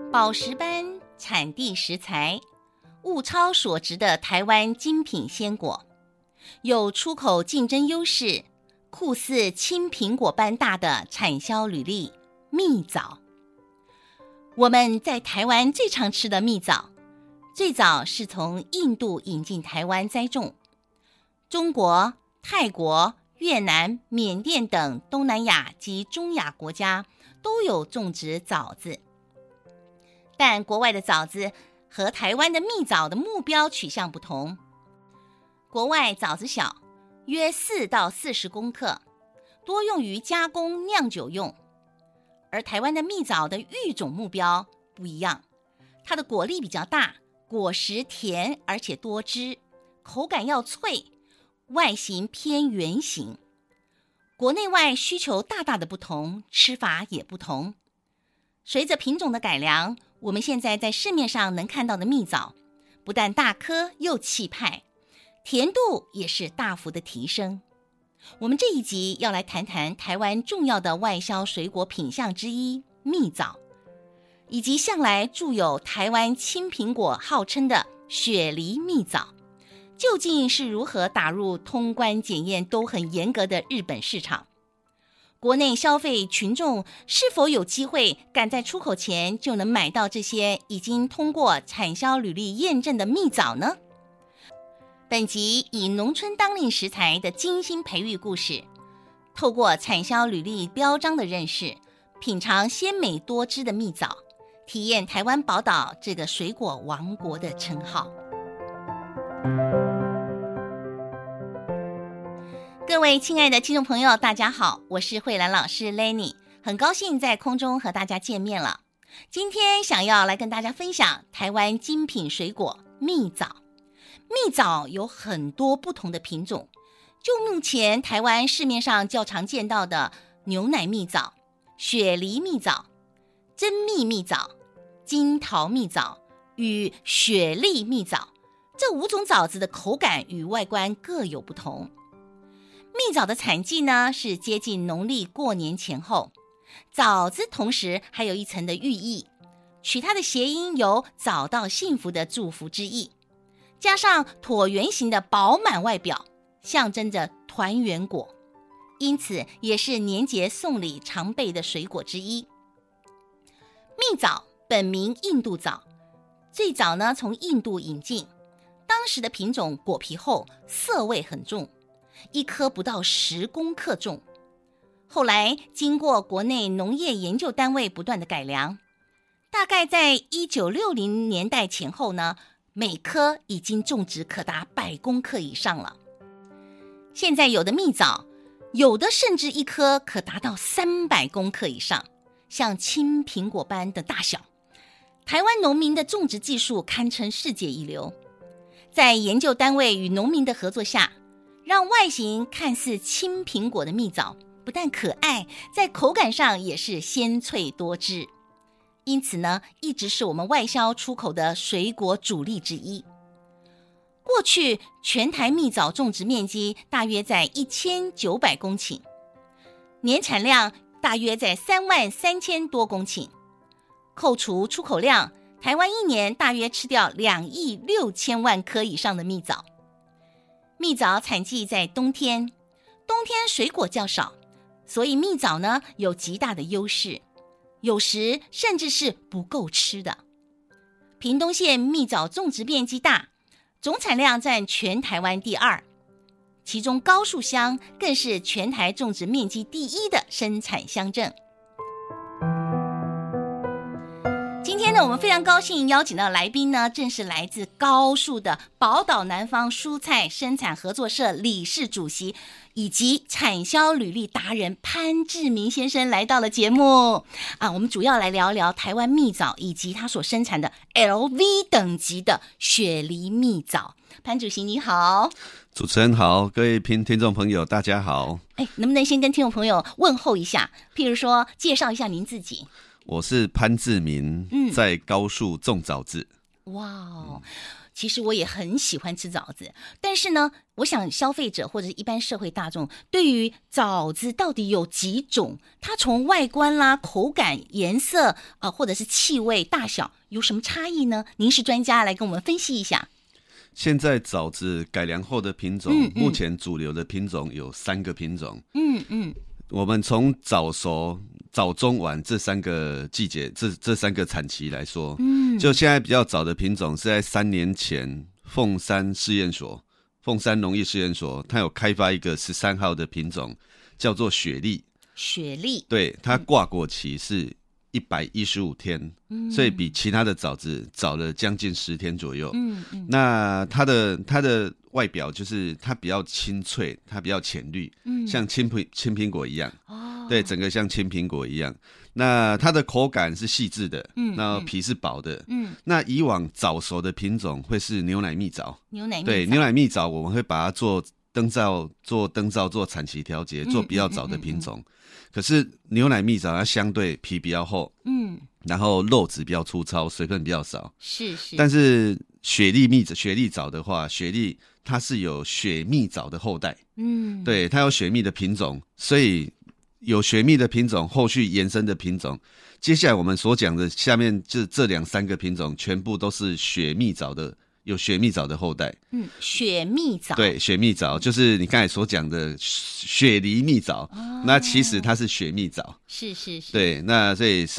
宝石般产地食材，物超所值的台湾精品鲜果，有出口竞争优势，酷似青苹果般大的产销履历蜜枣。我们在台湾最常吃的蜜枣，最早是从印度引进台湾栽种，中国、泰国、越南、缅甸等东南亚及中亚国家都有种植枣子，但国外的枣子和台湾的蜜枣的目标取向不同。国外枣子小，约4到40公克，多用于加工酿酒用，而台湾的蜜枣的育种目标不一样，它的果粒比较大，果实甜而且多汁，口感要脆，外形偏圆形。国内外需求大大的不同，吃法也不同。随着品种的改良，我们现在在市面上能看到的蜜枣，不但大颗又气派，甜度也是大幅的提升。我们这一集要来谈谈台湾重要的外销水果品项之一蜜枣，以及向来著有台湾青苹果号称的雪梨蜜枣，究竟是如何打入通关检验都很严格的日本市场？国内消费群众是否有机会赶在出口前就能买到这些已经通过产销履历验证的蜜枣呢？本集以农村当令食材的精心培育故事，透过产销履历标章的认识，品尝鲜美多汁的蜜枣，体验台湾宝岛这个水果王国的称号。各位亲爱的听众朋友，大家好，我是慧兰老师 Lenny， 很高兴在空中和大家见面了。今天想要来跟大家分享台湾精品水果蜜枣。蜜枣有很多不同的品种，就目前台湾市面上较常见到的牛奶蜜枣、雪梨蜜枣、真蜜蜜枣、金桃蜜枣与雪莉蜜枣，这5种枣子的口感与外观各有不同。蜜枣的产季呢是接近农历过年前后，枣子同时还有一层的寓意，取它的谐音有找到幸福的祝福之意，加上椭圆形的饱满外表，象征着团圆果，因此也是年节送礼常备的水果之一。蜜枣本名印度枣，最早呢从印度引进，当时的品种果皮厚，涩味很重，一颗不到10公克重。后来经过国内农业研究单位不断的改良，大概在1960年代前后呢，每颗已经种植可达100公克以上了。现在有的蜜枣，有的甚至一颗可达到300公克以上，像青苹果般的大小。台湾农民的种植技术堪称世界一流，在研究单位与农民的合作下，让外形看似青苹果的蜜枣不但可爱，在口感上也是鲜脆多汁，因此呢，一直是我们外销出口的水果主力之一。过去全台蜜枣种植面积大约在1900公顷，年产量大约在33000多公顷，扣除出口量，台湾一年大约吃掉2亿6千万颗以上的蜜枣。蜜枣产季在冬天水果较少，所以蜜枣呢有极大的优势，有时甚至是不够吃的。屏东县蜜枣种植面积大，总产量占全台湾第2，其中高树乡更是全台种植面积第1的生产乡镇。今天呢，我们非常高兴邀请到的来宾呢，正是来自高树的宝岛南方蔬菜生产合作社理事主席以及产销履历达人潘志明先生来到了节目我们主要来聊聊台湾蜜枣以及他所生产的 LV 等级的雪梨蜜枣。潘主席你好。 主持人好，各位听众朋友大家好。 能不能先跟听众朋友问候一下，譬如说介绍一下您自己？我是潘志明，在高树种枣子。 哇， 其实我也很喜欢吃枣子，但是呢，我想消费者或者是一般社会大众对于枣子到底有几种，它从外观啦、口感、颜色或者是气味、大小有什么差异呢？您是专家，来跟我们分析一下。 现在枣子改良后的品种，目前主流的品种有3个品种。我们从早熟、早中晚这3个季节，这3个产期来说，就现在比较早的品种是在3年前，凤山农业试验所，它有开发一个13号的品种，叫做雪莉。 雪莉， 对，它挂果期是115天，所以比其他的枣子早了将近10天左右。那它的外表就是它比较清脆，它比较浅绿，像青苹果一样。对，整个像青苹果一样。那它的口感是细致的，那皮是薄的。那以往早熟的品种会是牛奶蜜枣。对，牛奶蜜枣我们会把它做灯罩、做产期调节，做比较早的品种。可是牛奶蜜枣它相对皮比较厚，然后肉质比较粗糙，水分比较少。 是。 但是雪莉枣的话，雪莉它是有雪蜜枣的后代，对，它有雪蜜的品种，所以有雪蜜的品种，后续延伸的品种，接下来我们所讲的下面就这2-3个品种，全部都是有雪蜜枣的后代。 雪蜜枣， 对，雪蜜枣就是你刚才所讲的雪梨蜜枣，那其实它是雪蜜枣。是。对，那所以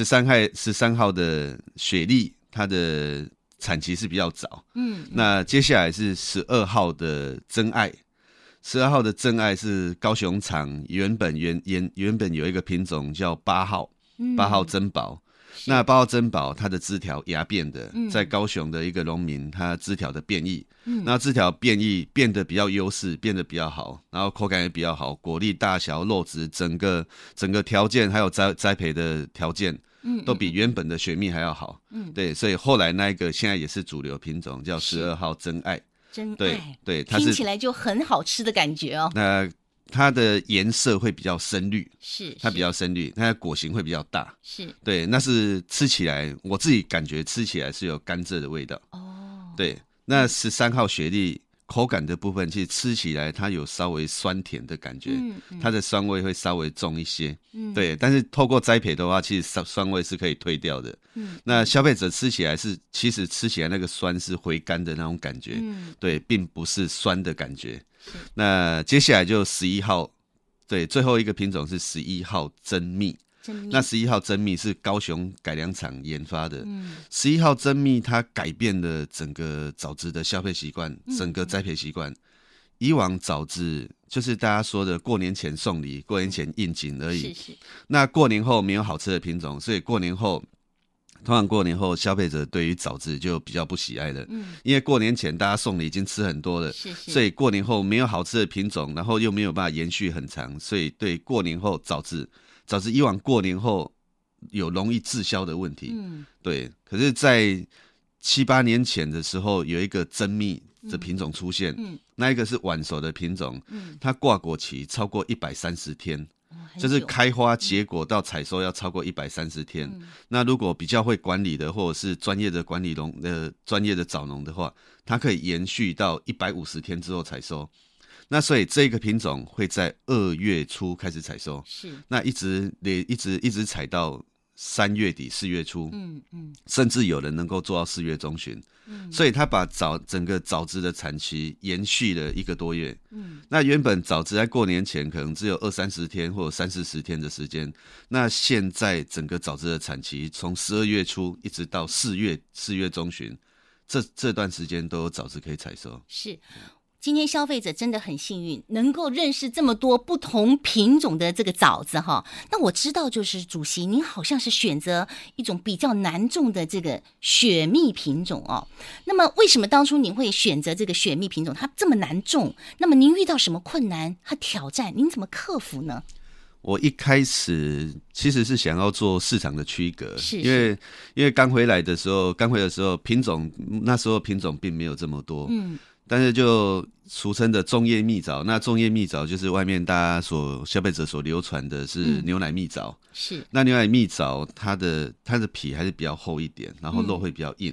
13号的雪莉，它的产期是比较早。那接下来是12号的真爱。12号的真爱是高雄厂原本有一个品种叫8号珍宝。那8号珍宝它的枝条芽变的，在高雄的一个农民，他枝条的变异，那枝条变异变得比较优势，变得比较好，然后口感也比较好，果粒大小、肉质整个条件还有栽培的条件，都比原本的雪蜜还要好。对，所以后来那一个现在也是主流品种，叫12号真爱。对，它是听起来就很好吃的感觉哦。 那它的颜色会比较深绿，它比较深绿，它的果形会比较大，对，那是吃起来我自己感觉吃起来是有甘蔗的味道。对，那13号雪莉口感的部分，其实吃起来它有稍微酸甜的感觉，它的酸味会稍微重一些。对，但是透过栽培的话，其实酸味是可以退掉的。那消费者吃起来其实吃起来那个酸是回甘的那种感觉，对，并不是酸的感觉。那接下来就11号，对，最后一个品种是11号真蜜。那11号真蜜是高雄改良厂研发的。11号真蜜它改变了整个枣子的消费习惯，整个栽培习惯。以往枣子就是大家说的过年前送礼，过年前应景而已。那过年后没有好吃的品种，所以通常过年后消费者对于枣子就比较不喜爱了。因为过年前大家送礼已经吃很多了，所以过年后没有好吃的品种，然后又没有办法延续很长，所以对过年后枣子以往过年后有容易滞销的问题。对，可是在7-8年前的时候有一个真蜜的品种出现，那一个是晚熟的品种，它挂果期超过130天，就是开花结果到采收要超过130天。那如果比较会管理的，或者是专业的管理专业的枣农的话，它可以延续到150天之后采收。那所以这个品种会在2月初开始采收，那一直采到3月底4月初，甚至有人能够做到4月中旬。所以他把整个枣子的产期延续了1个多月。那原本枣子在过年前可能只有20-30天或者30-40天的时间，那现在整个枣子的产期从12月初一直到4月中旬，这段时间都有枣子可以采收。 今天消费者真的很幸运，能够认识这么多不同品种的这个枣子哈。那我知道，就是主席您好像是选择一种比较难种的这个雪蜜品种哦。那么为什么当初您会选择这个雪蜜品种？它这么难种，那么您遇到什么困难和挑战？您怎么克服呢？ 我一开始其实是想要做市场的区隔，因为刚回来的时候品种那时候品种并没有这么多。但是就俗称的粽叶蜜枣，那粽叶蜜枣就是外面大家消费者所流传的是牛奶蜜枣。那牛奶蜜枣它的皮还是比较厚一点，然后肉会比较硬。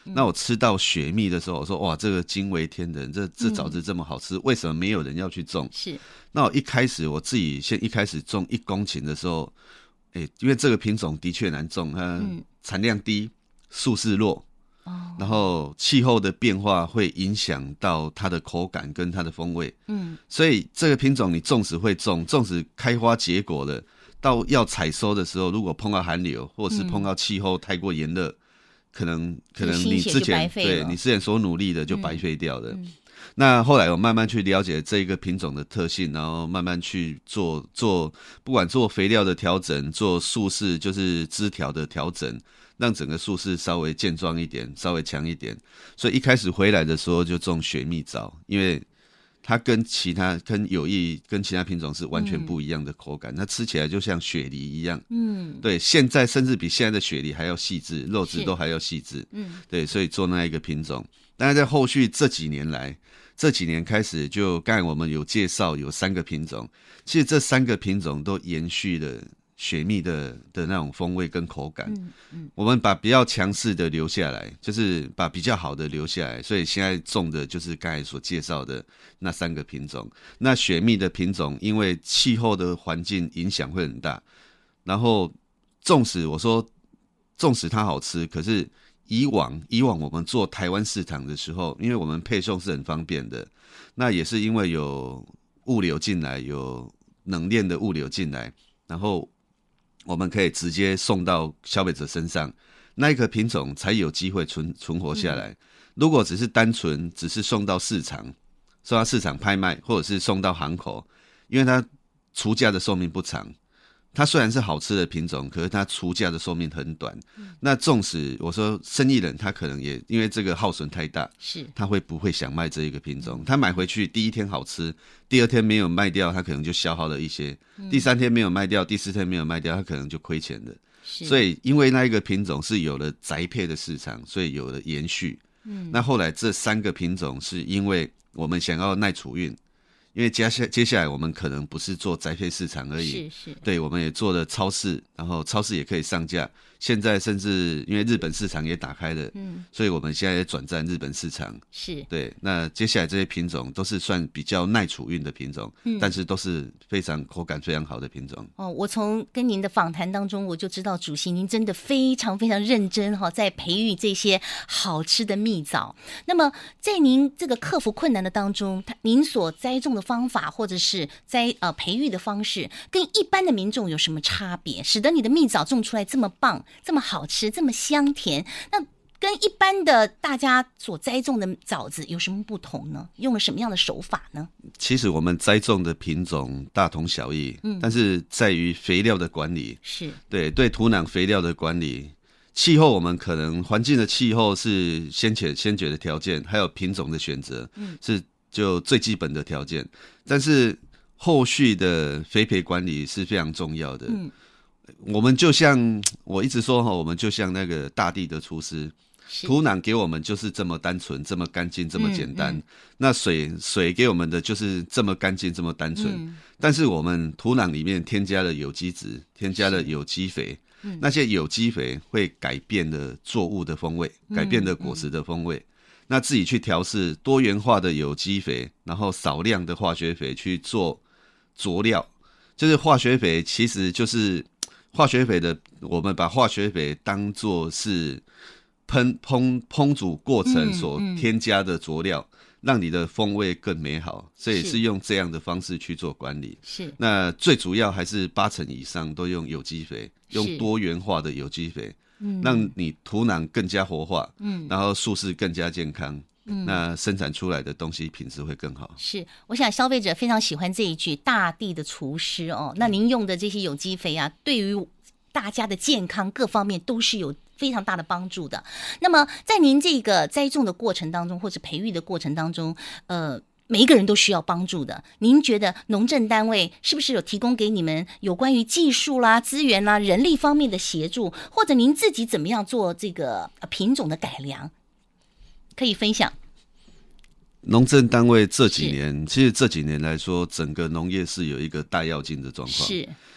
那我吃到雪蜜的时候，我说哇，这个惊为天人，这枣子这么好吃，为什么没有人要去种？ 是。 那我自己一开始种1公顷的时候，因为这个品种的确难种，它产量低，速势弱。然后气候的变化会影响到它的口感跟它的风味，所以这个品种你纵使会种，纵使开花结果了，到要采收的时候，如果碰到寒流或者是碰到气候太过炎热，可能你之前所努力的就白费掉了。那后来我慢慢去了解这个品种的特性，然后慢慢去做，不管做肥料的调整，做树势就是枝条的调整，让整个树势稍微健壮一点，稍微强一点。所以一开始回来的时候就种雪蜜枣，因为它跟其他品种是完全不一样的口感，它吃起来就像雪梨一样。对，现在甚至比现在的雪梨还要细致，肉质都还要细致。对，所以做那一个品种。但是在后续这几年开始，就刚才我们有介绍有3个品种，其实这3个品种都延续了雪蜜的那种风味跟口感。我们把比较强势的留下来，就是把比较好的留下来，所以现在种的就是刚才所介绍的那3个品种。那雪蜜的品种因为气候的环境影响会很大，然后纵使它好吃，可是以往我们做台湾市场的时候，因为我们配送是很方便的，那也是因为有物流进来，有冷链的物流进来，然后我们可以直接送到消费者身上，那一个品种才有机会存活下来。如果只是送到市场拍卖，或者是送到行口，因为它出价的寿命不长，它虽然是好吃的品种，可是它出价的寿命很短。那纵使我说生意人他可能也因为这个耗损太大，他会不会想卖这一个品种？他买回去第1天好吃，第2天没有卖掉，他可能就消耗了一些，第3天没有卖掉，第4天没有卖掉，他可能就亏钱了。所以因为那一个品种是有了宅配的市场，所以有了延续。那后来这3个品种是因为我们想要耐储运，因为接下来我们可能不是做宅配市场而已，对，我们也做了超市，然后超市也可以上架。现在甚至因为日本市场也打开了，所以我们现在也转战日本市场。对，那接下来这些品种都是算比较耐储运的品种，但是都是口感非常好的品种。 我从跟您的访谈当中，我就知道主席您真的非常非常认真在培育这些好吃的蜜枣。那么在您这个克服困难的当中，您所栽种的方法或者是培育的方式，跟一般的民众有什么差别，使得你的蜜枣种出来这么棒，这么好吃，这么香甜？那跟一般的大家所栽种的枣子有什么不同呢？用了什么样的手法呢？ 其实我们栽种的品种大同小异，但是在于肥料的管理，对土壤肥料的管理，气候我们可能环境的气候是先决的条件，还有品种的选择，是就最基本的条件，但是后续的肥培管理是非常重要的。我们就像我一直说，我们就像那个大地的厨师，土壤给我们就是这么单纯，这么干净，这么简单。那水给我们的就是这么干净，这么单纯。但是我们土壤里面添加了有机质，添加了有机肥，那些有机肥会改变了作物的风味，改变了果实的风味。那自己去调试多元化的有机肥，然后少量的化学肥去做佐料。就是化学肥其实就是化学肥的，我们把化学肥当作是烹煮过程所添加的佐料，让你的风味更美好，所以是用这样的方式去做管理。那最主要还是80%以上都用有机肥，用多元化的有机肥，让你土壤更加活化，然后树势更加健康。那生产出来的东西品质会更好。 我想消费者非常喜欢这一句大地的厨师那您用的这些有机肥啊，对于大家的健康各方面都是有非常大的帮助的。那么在您这个栽种的过程当中，或者培育的过程当中，每一个人都需要帮助的。您觉得农政单位是不是有提供给你们有关于技术啦、资源啦、人力方面的协助，或者您自己怎么样做这个品种的改良？可以分享。 农政单位其实这几年来说，整个农业是有一个大跃进的状况。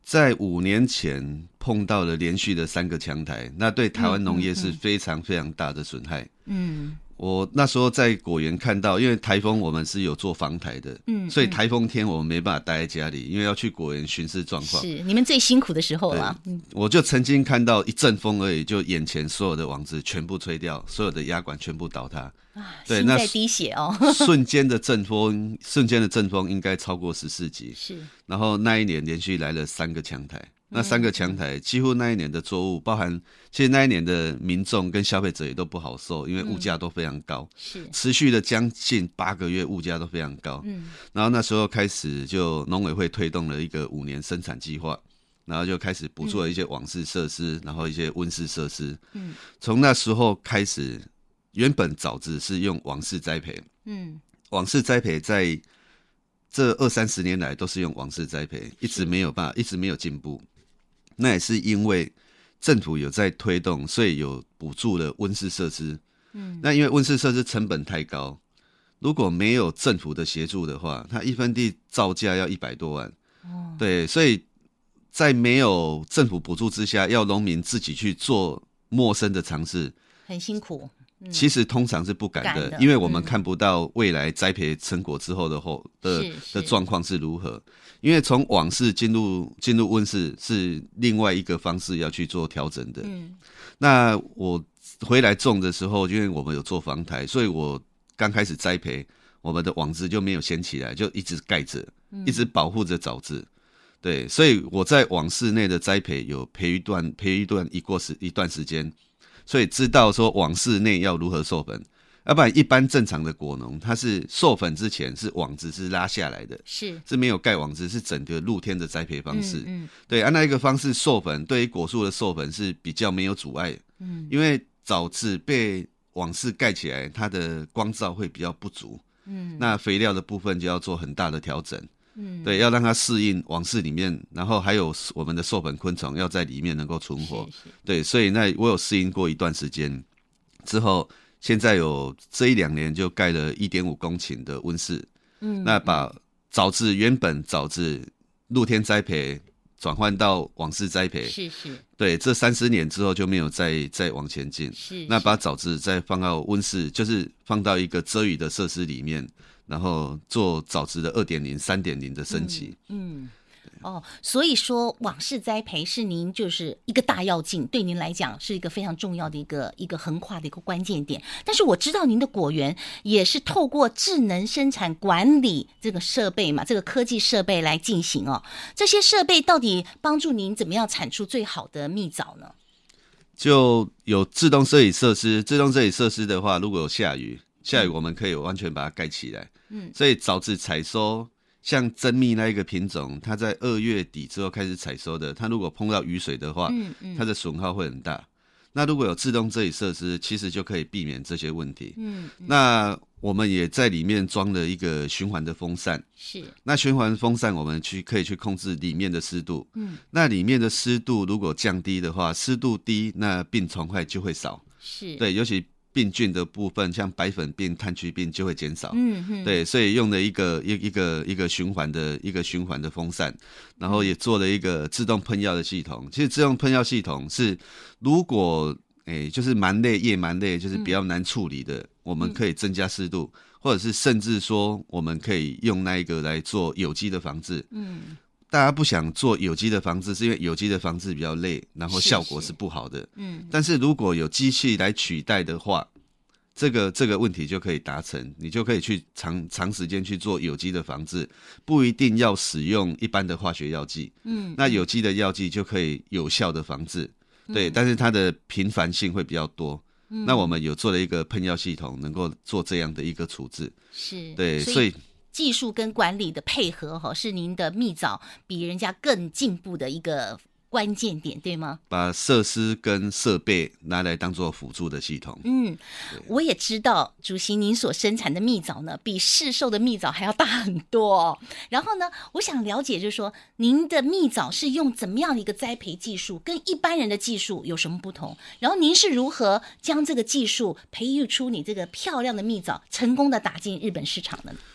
在5年前碰到了连续的3个强台，那对台湾农业是非常非常大的损害。我那时候在果园看到，因为台风我们是有做防台的，所以台风天我们没办法待在家里，因为要去果园巡视状况， 是你们最辛苦的时候了。 我就曾经看到一阵风而已，就眼前所有的网子全部吹掉，所有的压管全部倒塌。 对，心在滴血哦。 瞬间的阵风应该超过14级。 是， 然后那一年连续来了3个强台。那3个强台，几乎那一年的作物，包含其实那一年的民众跟消费者也都不好受，因为物价都非常高， 是持续的将近8个月，物价都非常高。然后那时候开始就农委会推动了一个5年生产计划，然后就开始补助了一些网式设施，然后一些温室设施。从那时候开始，原本枣子是用网式栽培，网式栽培在这20-30年来都是用网式栽培，一直没有进步。那也是因为政府有在推动，所以有补助了温室设施。那因为温室设施成本太高，如果没有政府的协助的话，它1分地造价要100多万。对，所以在没有政府补助之下，要农民自己去做陌生的尝试， 很辛苦。 其实通常是不敢的，因为我们看不到未来栽培成果之后的状况是如何。因为从网室进入温室是另外一个方式要去做调整的。那我回来种的时候，因为我们有做防台，所以我刚开始栽培，我们的网子就没有掀起来，就一直盖着，一直保护着枣子。对，所以我在网室内的栽培有培一段时间。所以知道说网室内要如何授粉，要不然一般正常的果农，它是授粉之前是网子是拉下来的，是没有盖网子，是整个露天的栽培方式。对，按那一个方式授粉，对于果树的授粉是比较没有阻碍。因为枣子被网室盖起来，它的光照会比较不足。那肥料的部分就要做很大的调整。对，要让它适应网室里面，然后还有我们的授粉昆虫要在里面能够存活。对，所以那我有适应过一段时间之后，现在有这1-2年就盖了1.5公顷的温室。那把原本枣子露天栽培转换到网室栽培。对，这30年之后就没有再往前进。那把枣子再放到温室，就是放到一个遮雨的设施里面，然后做枣子的2.0、3.0的升级。 所以说网式栽培是您就是一个大跃进，对您来讲是一个非常重要的一个横跨的一个关键点。但是我知道您的果园也是透过智能生产管理这个设备嘛，这个科技设备来进行哦。这些设备到底帮助您怎么样产出最好的蜜枣呢？ 就有自动摄影设施，自动摄影设施的话，如果有下雨我们可以完全把它盖起来。所以枣子采收，像真蜜那一个品种，它在2月底之后开始采收的，它如果碰到雨水的话，它的损耗会很大。那如果有自动遮雨设施，其实就可以避免这些问题。那我们也在里面装了一个循环的风扇。那循环风扇我们可以去控制里面的湿度。那里面的湿度如果降低的话，湿度低，那病虫害就会少。对，尤其病菌的部分，像白粉病、炭疽病就会减少。对，所以用了一个循环的风扇，然后也做了一个自动喷药的系统。其实自动喷药系统是，如果就是蛮类、叶蛮类，就是比较难处理的，我们可以增加湿度，或者是甚至说我们可以用那一个来做有机的防治。大家不想做有机的防治，是因为有机的防治比较累，然后效果是不好的。但是如果有机器来取代的话，这个问题就可以达成，你就可以去长时间去做有机的防治，不一定要使用一般的化学药剂。那有机的药剂就可以有效的防治。对，但是它的频繁性会比较多。那我们有做了一个喷药系统，能够做这样的一个处置。对，所以技术跟管理的配合是您的蜜枣比人家更进步的一个关键点，对吗？ 把设施跟设备拿来当做辅助的系统。 我也知道主席您所生产的蜜枣呢，比市售的蜜枣还要大很多。然后呢，我想了解就是说，您的蜜枣是用怎么样的一个栽培技术，跟一般人的技术有什么不同？然后您是如何将这个技术培育出你这个漂亮的蜜枣，成功的打进日本市场的呢？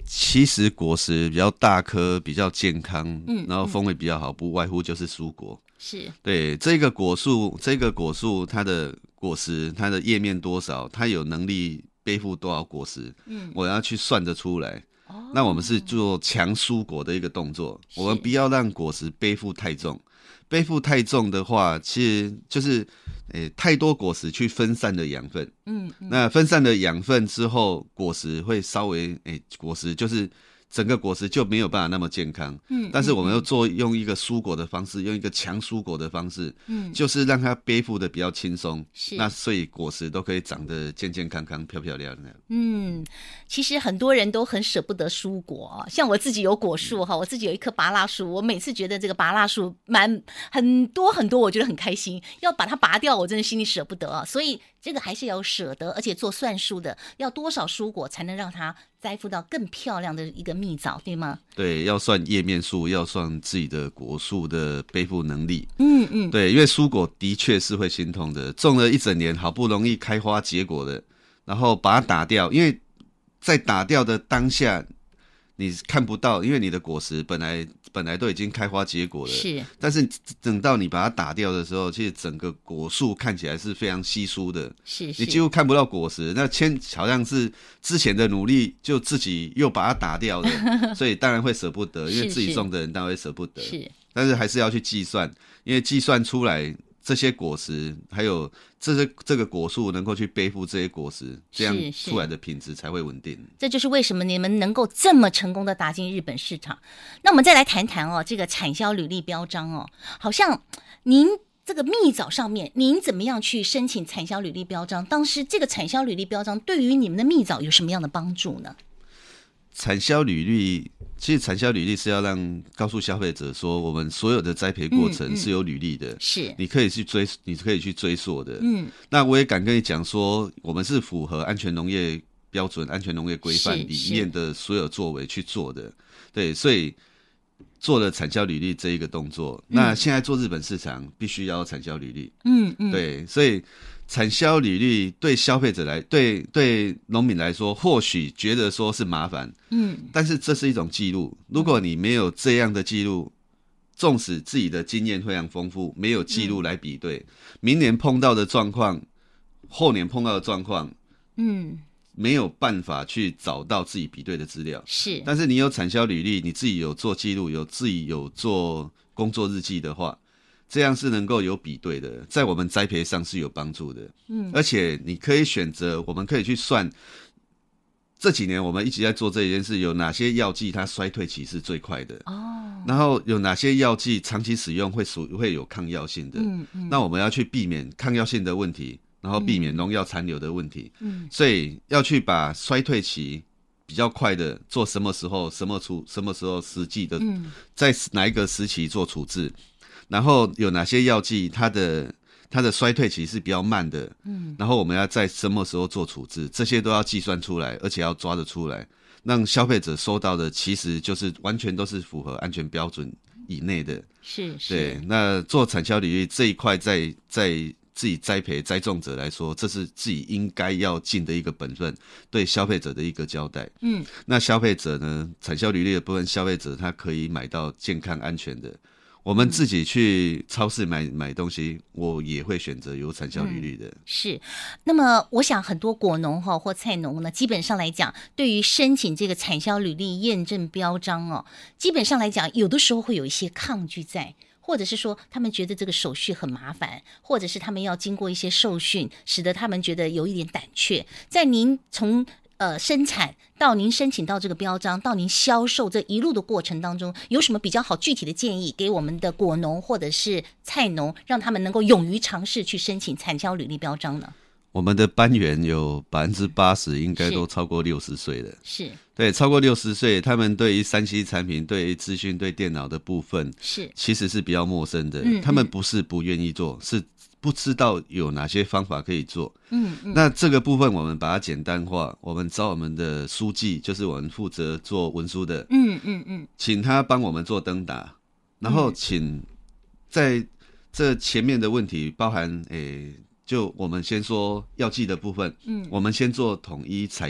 其实果实比较大颗、比较健康，然后风味比较好，不外乎就是蔬果。 是， 对，这个果树它的果实，它的叶面多少，它有能力背负多少果实，我要去算得出来。那我们是做强蔬果的一个动作，我们不要让果实背负太重。背负太重的话，其实就是太多果实去分散了养分。那分散了养分之后，果实会稍微果实就是整个果实就没有办法那么健康。但是我们又用一个蔬果的方式，用一个强蔬果的方式，就是让它背负的比较轻松。那所以果实都可以长得健健康康、漂漂亮亮。 其实很多人都很舍不得蔬果，像我自己有果树哈，我自己有一棵芭乐树，我每次觉得这个芭乐树很多很多，我觉得很开心，要把它拔掉，我真的心里舍不得啊。所以这个还是要舍得，而且做算术的，要多少蔬果才能让它栽付到更漂亮的一个蜜枣，对吗？ 对，要算叶面数，要算自己的果树的背负能力。对，因为蔬果的确是会心痛的，种了一整年，好不容易开花结果的，然后把它打掉，因为在打掉的当下你看不到，因为你的果实本来都已经开花结果了， 是， 但是等到你把它打掉的时候，其实整个果树看起来是非常稀疏的， 是你几乎看不到果实，那好像是之前的努力就自己又把它打掉了，所以当然会舍不得，因为自己种的人当然会舍不得， 是， 但是还是要去计算，因为计算出来这些果实还有这个果树能够去背负这些果实，这样出来的品质才会稳定。 这就是为什么你们能够这么成功的打进日本市场。那我们再来谈谈这个产销履历标章好像您这个蜜枣上面，您怎么样去申请产销履历标章？当时这个产销履历标章对于你们的蜜枣有什么样的帮助呢？ 产销履历，其实产销履历是要告诉消费者说，我们所有的栽培过程是有履历的， 是你可以去追溯的。那我也敢跟你讲说，我们是符合安全农业标准、安全农业规范里面的所有作为去做的。对，所以做了产销履历这一个动作。那现在做日本市场必须要产销履历。对，所以产销履历对消费者对农民来说，或许觉得说是麻烦，但是这是一种记录。如果你没有这样的记录，纵使自己的经验非常丰富，没有记录来比对，明年碰到的状况，后年碰到的状况，没有办法去找到自己比对的资料。 是， 但是你有产销履历，你自己有做记录，自己有做工作日记的话，这样是能够有比对的，在我们栽培上是有帮助的。而且你可以选择，我们可以去算，这几年我们一直在做这一件事，有哪些药剂它衰退期是最快的，然后有哪些药剂长期使用会有抗药性的，那我们要去避免抗药性的问题，然后避免农药残留的问题，所以要去把衰退期比较快的做什么时候实际的，在哪一个时期做处置，然后有哪些药剂它的衰退期是比较慢的，然后我们要在什么时候做处置，这些都要计算出来，而且要抓得出来，让消费者收到的其实就是完全都是符合安全标准以内的。 是， 对。那做产销履历这一块，在自己栽培栽种者来说，这是自己应该要尽的一个本分，对消费者的一个交代。那消费者呢，产销履历的部分，消费者他可以买到健康安全的。我们自己去超市买东西，我也会选择有产销履历的。 是，那么我想很多果农或菜农呢，基本上来讲，对于申请这个产销履历验证标章基本上来讲，有的时候会有一些抗拒在。或者是说他们觉得这个手续很麻烦，或者是他们要经过一些受训，使得他们觉得有一点胆怯。在您从生产到您申请到这个标章，到您销售这一路的过程当中，有什么比较好具体的建议给我们的果农或者是菜农，让他们能够勇于尝试去申请产销履历标章呢？ 我们的班员有80%应该都超过60岁了， 是， 对，超过60岁，他们对于3C 产品、对于资讯、对电脑的部分，其实是比较陌生的。他们不是不愿意做，是不知道有哪些方法可以做。那这个部分我们把它简单化，我们找我们的书记，就是我们负责做文书的，请他帮我们做登打，然后请在这前面的问题包含就我们先说药剂的部分，我们先做统一采购，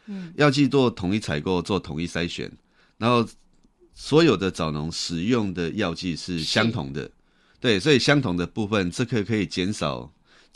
药剂做统一采购，做统一筛选，然后所有的枣农使用的药剂是相同的，对，所以相同的部分，这个可以减少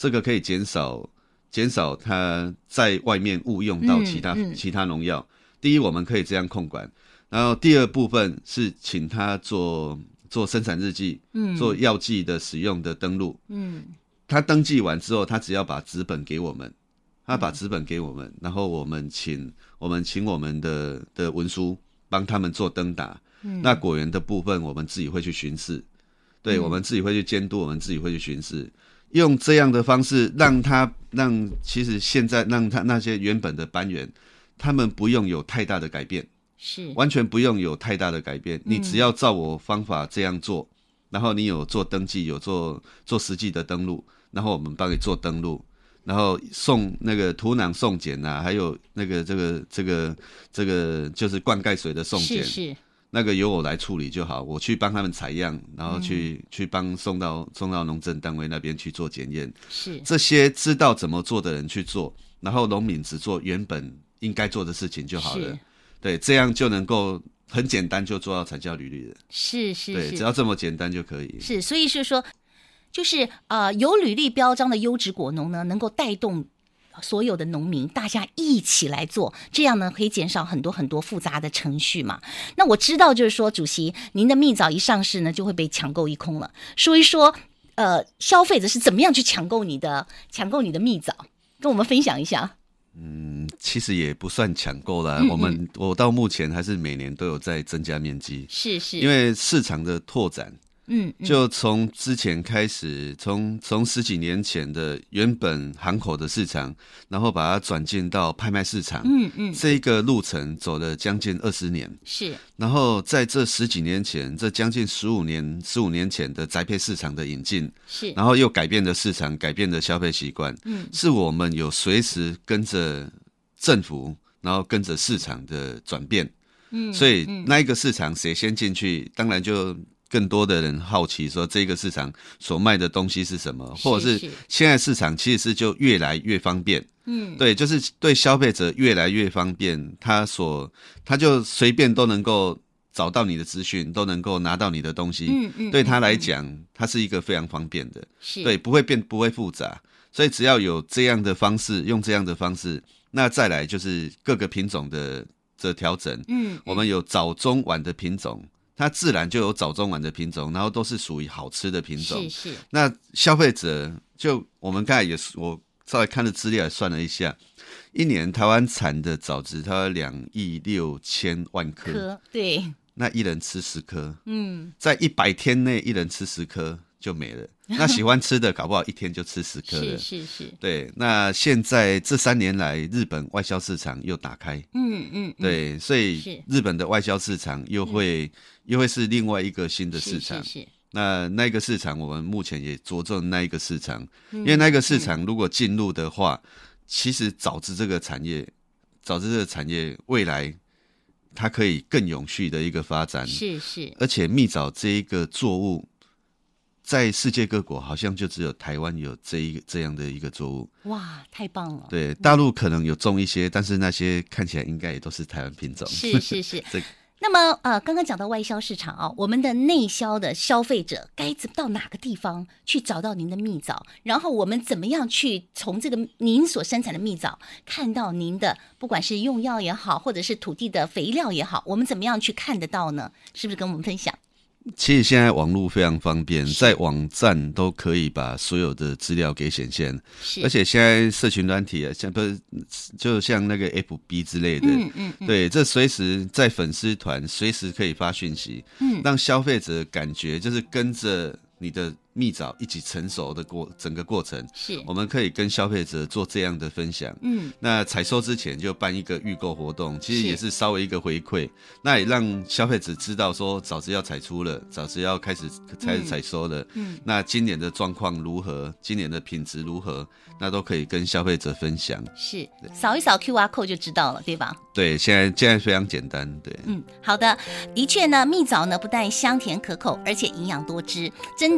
它在外面误用到其他农药。第一，我们可以这样控管，然后第二部分是请他做生产日记，做药剂的使用的登录，他登记完之后，他只要把纸本给我们，然后我们请我们的文书帮他们做登打。那果园的部分我们自己会去巡视，对，我们自己会去监督，我们自己会去巡视，用这样的方式其实现在让他那些原本的班员，他们不用有太大的改变，是完全不用有太大的改变，你只要照我方法这样做，然后你有做登记，有做实际的登录，然后我们帮你做登录，然后送那个土壤送检啊，还有那个这个就是灌溉水的送检，是那个由我来处理就好，我去帮他们采样，然后去帮送到农政单位那边去做检验，是这些知道怎么做的人去做，然后农民只做原本应该做的事情就好了，对，这样就能够很简单就做到产销履历了，是，对，只要这么简单就可以， 是，所以是说就是有履历标章的优质果农呢，能够带动所有的农民大家一起来做，这样呢可以减少很多很多复杂的程序嘛。那我知道就是说，主席您的蜜枣一上市呢就会被抢购一空了，说一说消费者是怎么样去抢购你的蜜枣，跟我们分享一下。 其实也不算抢购啦，我到目前还是每年都有在增加面积，是因为市场的拓展。就从之前开始，从10几年前的原本行口的市场，然后把它转进到拍卖市场，这个路程走了将近20年，是。然后在这10几年前，这将近15年前的宅配市场的引进，是。然后又改变了市场，改变了消费习惯，是我们有随时跟着政府，然后跟着市场的转变，所以那一个市场谁先进去，当然就更多的人好奇说这个市场所卖的东西是什么，或者是现在市场其实是就越来越方便，对，就是对消费者越来越方便，他就随便都能够找到你的资讯，都能够拿到你的东西，对他来讲，它是一个非常方便的，对，不会复杂，所以只要有这样的方式，用这样的方式，那再来就是各个品种的调整，我们有早中晚的品种。它自然就有早中晚的品种，然后都是属于好吃的品种。是。那消费者就我们刚才我稍微看的资料也算了一下，一年台湾产的枣子，它2亿6千万颗，对。那一人吃10颗，在100天内一人吃10颗就没了。那喜欢吃的搞不好一天就吃10颗了。是。对，那现在这3年来，日本外销市场又打开，对，所以日本的外销市场又会是另外一个新的市场。是。那个市场，我们目前也着重那一个市场，因为那个市场如果进入的话，其实枣子这个产业未来它可以更永续的一个发展。是。而且蜜枣这一个作物，在世界各国好像就只有台湾有这样的一个作物。 哇，太棒了！对， 大陆可能有种一些，但是那些看起来应该也都是台湾品种。 是。那么刚刚讲到外销市场我们的内销的消费者该到哪个地方去找到您的蜜枣？然后我们怎么样去从这个您所生产的蜜枣看到您的不管是用药也好，或者是土地的肥料也好，我们怎么样去看得到呢？是不是跟我们分享？ 其实现在网络非常方便，在网站都可以把所有的资料给显现，而且现在社群软体就像那个 FB 之类的，对，这随时在粉丝团随时可以发讯息，让消费者感觉就是跟着你的蜜枣一起成熟的整个过程，是我们可以跟消费者做这样的分享。那采收之前就办一个预购活动，其实也是稍微一个回馈，那也让消费者知道说枣子要采出了，枣子要开始采收了。那今年的状况如何，今年的品质如何，那都可以跟消费者分享。是， 扫一扫 QR code 就知道了，对吧？ 对，现在非常简单。对， 好的，的确呢，蜜枣呢不但香甜可口，而且营养多汁，真的值得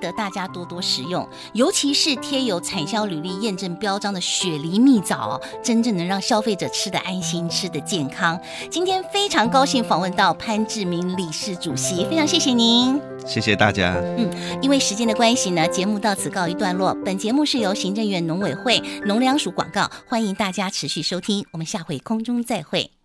得大家多多使用，尤其是贴有产销履历验证标章的雪梨蜜枣，真正能让消费者吃得安心，吃得健康。今天非常高兴访问到潘志明理事主席，非常谢谢您。 谢谢大家。 因为时间的关系呢，节目到此告一段落。本节目是由行政院农委会农粮署广告，欢迎大家持续收听，我们下回空中再会。